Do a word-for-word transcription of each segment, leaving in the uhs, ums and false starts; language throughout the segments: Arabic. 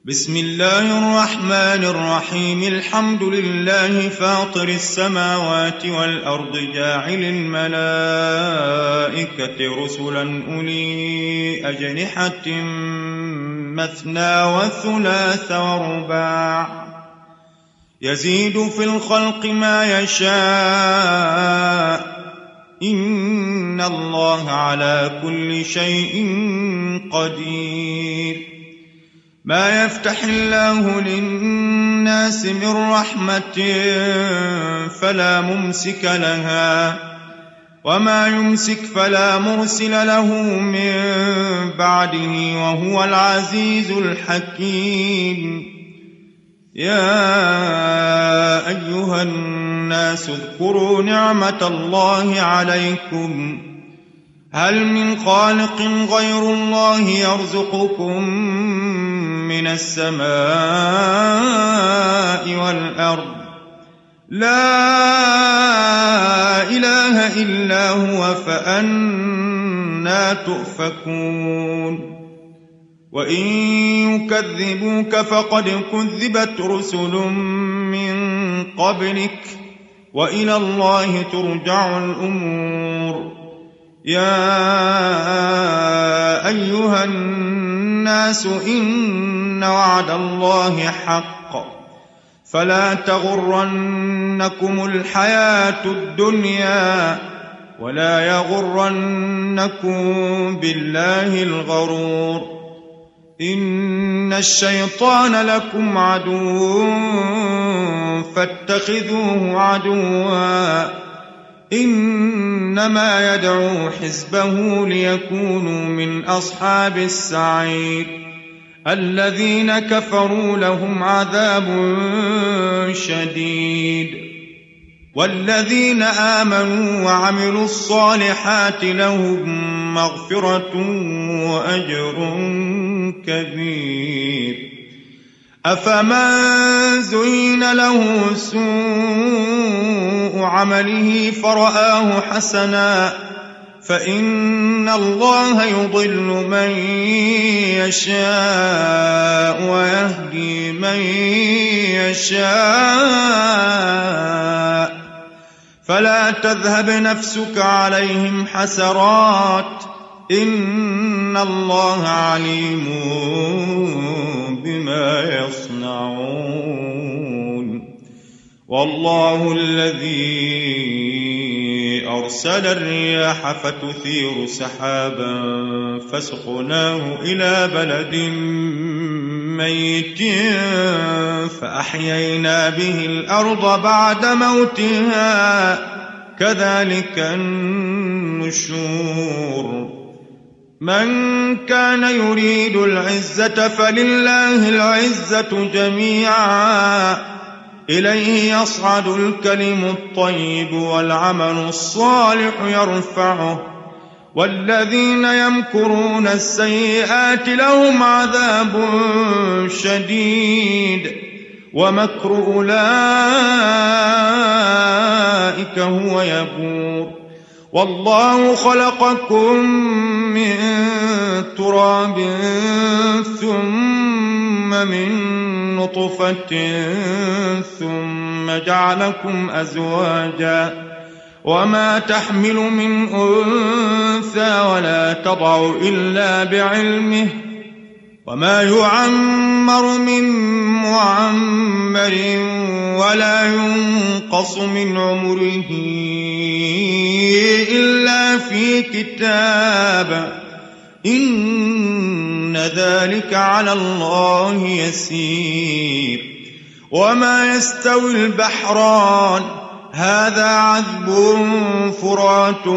بسم الله الرحمن الرحيم. الحمد لله فاطر السماوات والأرض جاعل الملائكة رسلا أولي أجنحة مثنى وثلاث ورباع يزيد في الخلق ما يشاء إن الله على كل شيء قدير. ما يفتح الله للناس من رحمة فلا ممسك لها وما يمسك فلا مرسل له من بعده وهو العزيز الحكيم. يا أيها الناس اذكروا نعمة الله عليكم هل من خالق غير الله يرزقكم من السماء والأرض؟ لا إله إلا هو فأنى تؤفكون. وإن يكذبوك فقد كذبت رسل من قبلك وإلى الله ترجع الأمور. يا أيها الناس إن وعد الله حق فلا تغرنكم الحياة الدنيا ولا يغرنكم بالله الغرور. إن الشيطان لكم عدو فاتخذوه عدوا إنما يدعو حزبه ليكونوا من أصحاب السعير. الذين كفروا لهم عذاب شديد والذين آمنوا وعملوا الصالحات لهم مغفرة وأجر كبير. أفمن زين له سوء عمله فرآه حسنا فإن الله يضل من يشاء ويهدي من يشاء فلا تذهب نفسك عليهم حسرات إن الله عليم بما يصنعون. والله الذي أرسل الرياح فتثير سحابا فسقناه إلى بلد ميت فأحيينا به الأرض بعد موتها كذلك النشور. من كان يريد العزة فلله العزة جميعا إليه يصعد الكلم الطيب والعمل الصالح يرفعه والذين يمكرون السيئات لهم عذاب شديد ومكر أولئك هو يبور. والله خلقكم من تراب ثم من نطفة ثم جعلكم أزواجا وما تحمل من أنثى ولا تضع إلا بعلمه وما يعمر من معمر ولا ينقص من عمره إلا في كتاب إن ذلك على الله يسير. وما يستوي البحران هذا عذب فرات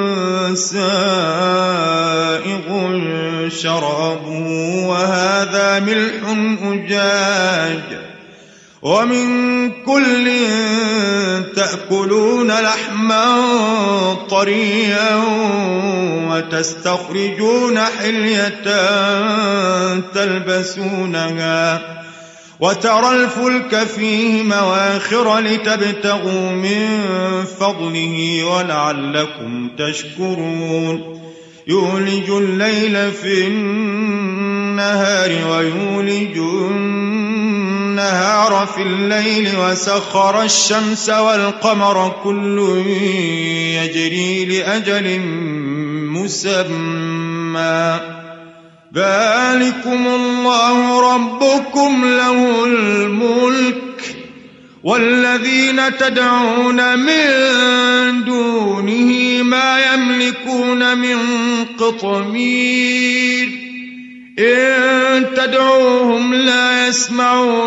سائغ شرابه وهذا ملح أجاج ومن كل تأكلون لحما طريا وتستخرجون حلية تلبسونها وترى الفلك فيه مواخر لتبتغوا من فضله ولعلكم تشكرون. يولج الليل في النهار ويولج النهار في الليل وسخر الشمس والقمر كل يجري لأجل مسمى ذلكم الله ربكم له الملك والذين تدعون من دونه ما يملكون من قطمير إن تدعوهم لا يسمعوا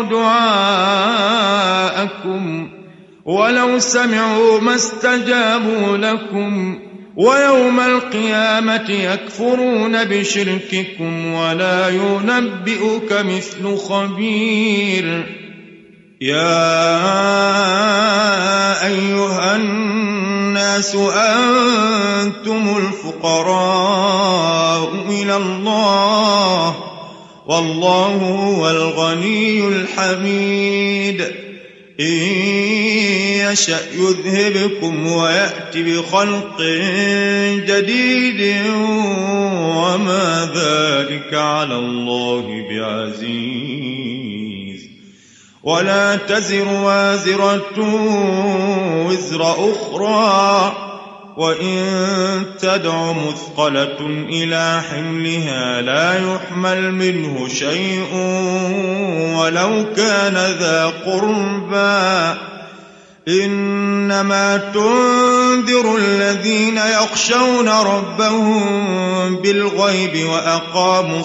دعاءكم ولو سمعوا ما استجابوا لكم ويوم القيامة يكفرون بشرككم ولا ينبئك مثل خبير يا أيها الناس أنتم الفقراء إلى الله والله هو الغني الحميد إن يشأ يذهبكم ويأتي بخلق جديد وما ذلك على الله بعزيز ولا تزر وازرة وزر أخرى وإن تدع مثقلة إلى حملها لا يحمل منه شيء ولو كان ذا قربى إنما تنذر الذين يخشون ربهم بالغيب وأقاموا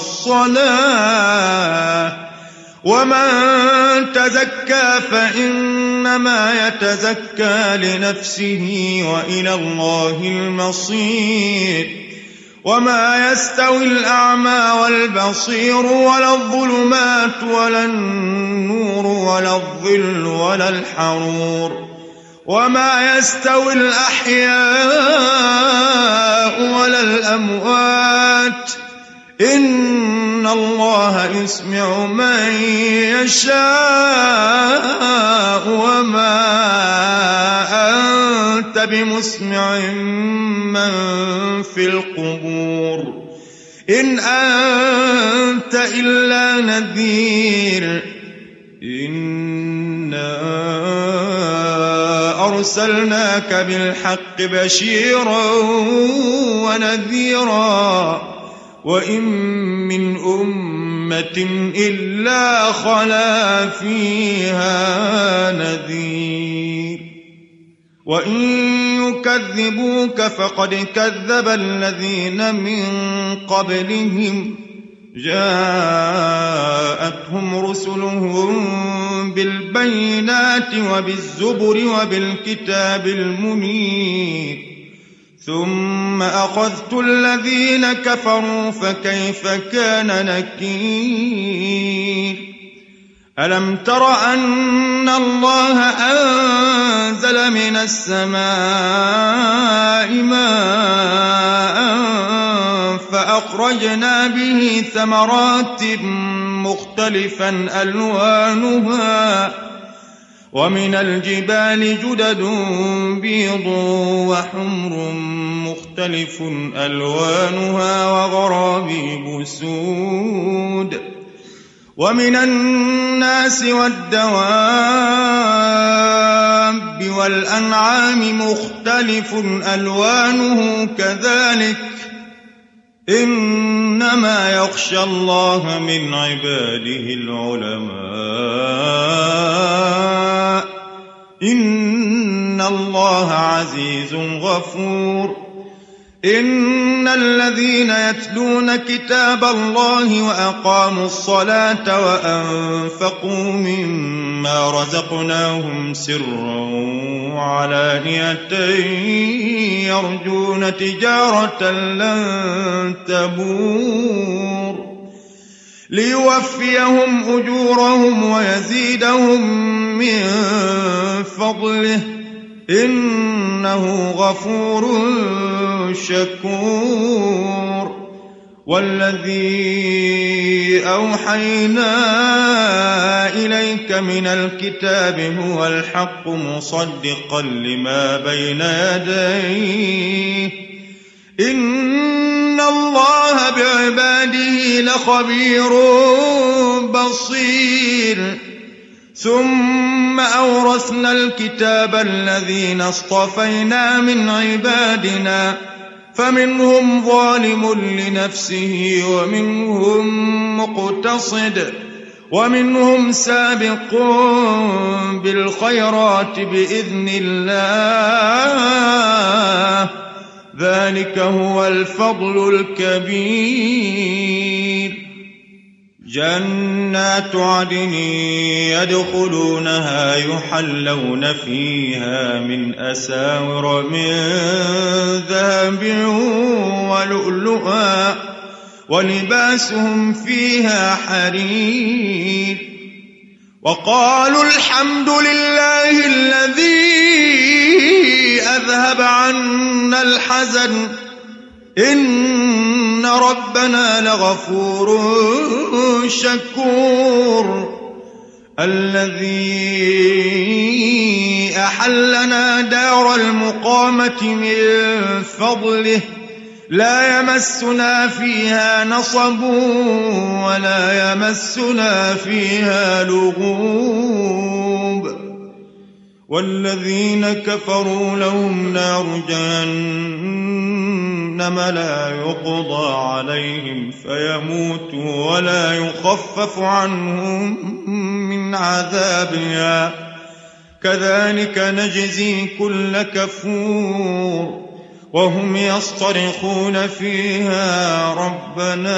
الصلاة ومن تزكى فإنما يتزكى لنفسه وإلى الله المصير وما يستوي الأعمى والبصير ولا الظلمات ولا النور ولا الظل ولا الحرور وما يستوي الأحياء ولا الأموات إن الله يسمع من يشاء وما أنت بمسمع من في القبور إن أنت إلا نذير إنا أرسلناك بالحق بشيرا ونذيرا وإن من أمة إلا خلا فيها نذير وإن يكذبوك فقد كذب الذين من قبلهم جاءتهم رسلهم بالبينات وبالزبر وبالكتاب المنير ثم أخذت الذين كفروا فكيف كان نكير ألم تر أن الله أنزل من السماء ماء فأخرجنا به ثمرات مختلفا ألوانها ومن الجبال جدد بيض وحمر مختلف ألوانها وغرابيب سود ومن الناس والدواب والأنعام مختلف ألوانه كذلك إنما يخشى الله من عباده العلماء إن الله عزيز غفور إن الذين يتلون كتاب الله وأقاموا الصلاة وأنفقوا مما رزقناهم سرا وعلانية يرجون تجارة لن تبور ليوفيهم أجورهم ويزيدهم من فضله إنه غفور شكور والذي أوحينا إليك من الكتاب هو الحق مصدقا لما بين يديه إن الله بعباده لخبير بصير ثم أورثنا الكتاب الذين اصطفينا من عبادنا فمنهم ظالم لنفسه ومنهم مقتصد ومنهم سابق بالخيرات بإذن الله ذلك هو الفضل الكبير. جنات عدن يدخلونها يحلون فيها من أساور من ذهب ولؤلؤا ولباسهم فيها حرير. وقالوا الحمد لله الذي أذهب عنا الحزن إن ربنا لغفور شكور. الذي أحلنا دار المقامة من فضله لا يمسنا فيها نصب ولا يمسنا فيها لغوب. والذين كفروا لهم نار جهنم لا يقضى عليهم فيموتوا ولا يخفف عنهم من عذابها كذلك نجزي كل كفور. وهم يصطرخون فيها ربنا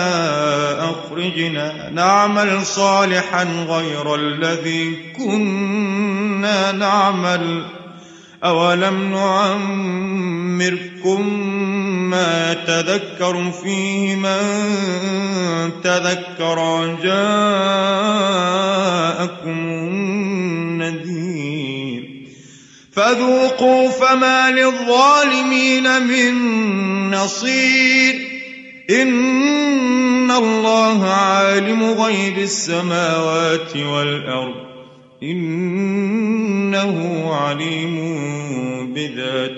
أخرجنا نعمل صالحا غير الذي كنا نعمل أولم نعمركم ما يتذكر فيه من تذكر وجاءكم النذير فذوقوا فما للظالمين من نصير. إن الله عالم غيب السماوات والأرض إنه عليم بذات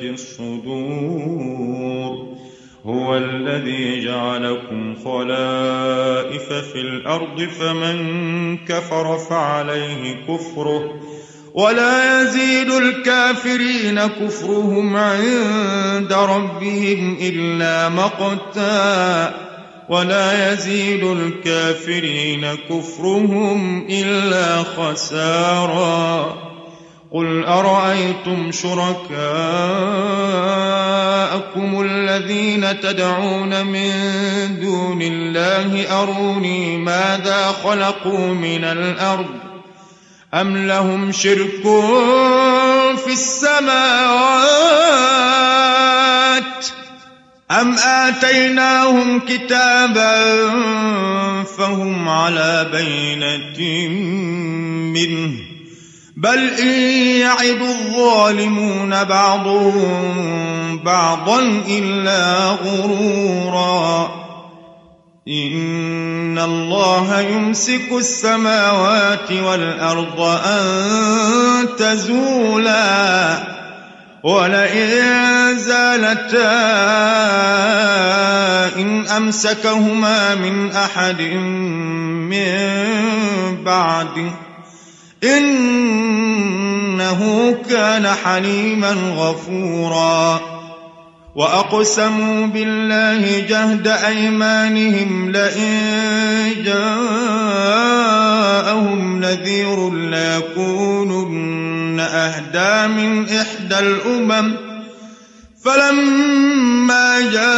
الصدور. هو الذي جعلكم خلائف في الأرض فمن كفر فعليه كفره ولا يزيد الكافرين كفرهم عند ربهم إلا مقتا ولا يزيد الكافرين كفرهم إلا خسارا. قل أرأيتم شركاءكم الذين تدعون من دون الله أروني ماذا خلقوا من الأرض أم لهم شرك في السماوات أم آتيناهم كتابا فهم على بينة منه بل إن يعد الظالمون بعضهم بعضا إلا غرورا. إن الله يمسك السماوات والأرض أن تزولا ولئن زالتا إن أمسكهما من أحد من بعده إنه كان حليما غفورا. وأقسموا بالله جهد أيمانهم لئن جاءهم نذير ليكونن أهدى من إحدى الأمم فلما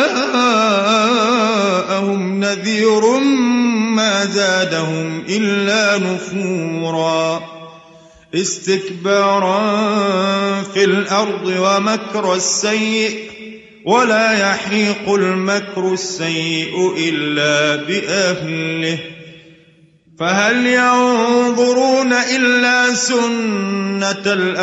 جاءهم نذير ما زادهم إلا نفورا استكبارا في الأرض ومكر السيء ولا يحيق المكر السيء إلا بأهله فهل ينظرون إلا سنة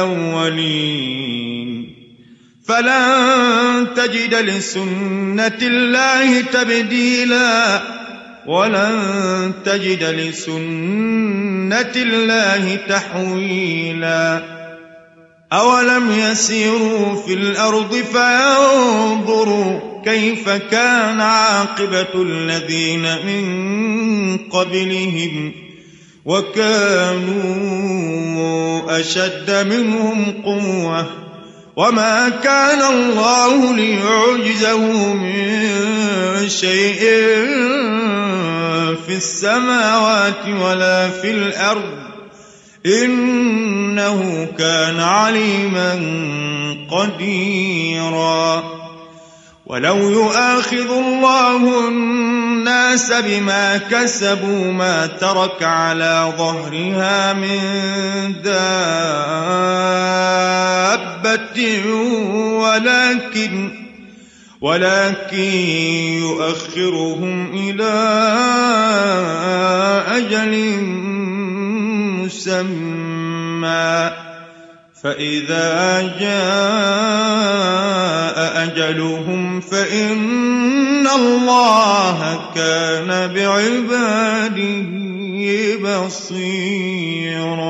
الأولين فلن تجد لسنة الله تبديلا ولن تجد لسنة الله تحويلا. أولم يسيروا في الأرض فينظروا كيف كان عاقبة الذين من قبلهم وكانوا أشد منهم قوة وما كان الله ليعجزه من شيء في السماوات ولا في الأرض إنه كان عليما قديرا. ولو يؤاخذ الله الناس بما كسبوا ما ترك على ظهرها من دابة ولكن ولكن يؤخرهم إلى أجل مسمى فإذا جاء أجلهم فإن الله كان بعباده بصيرا.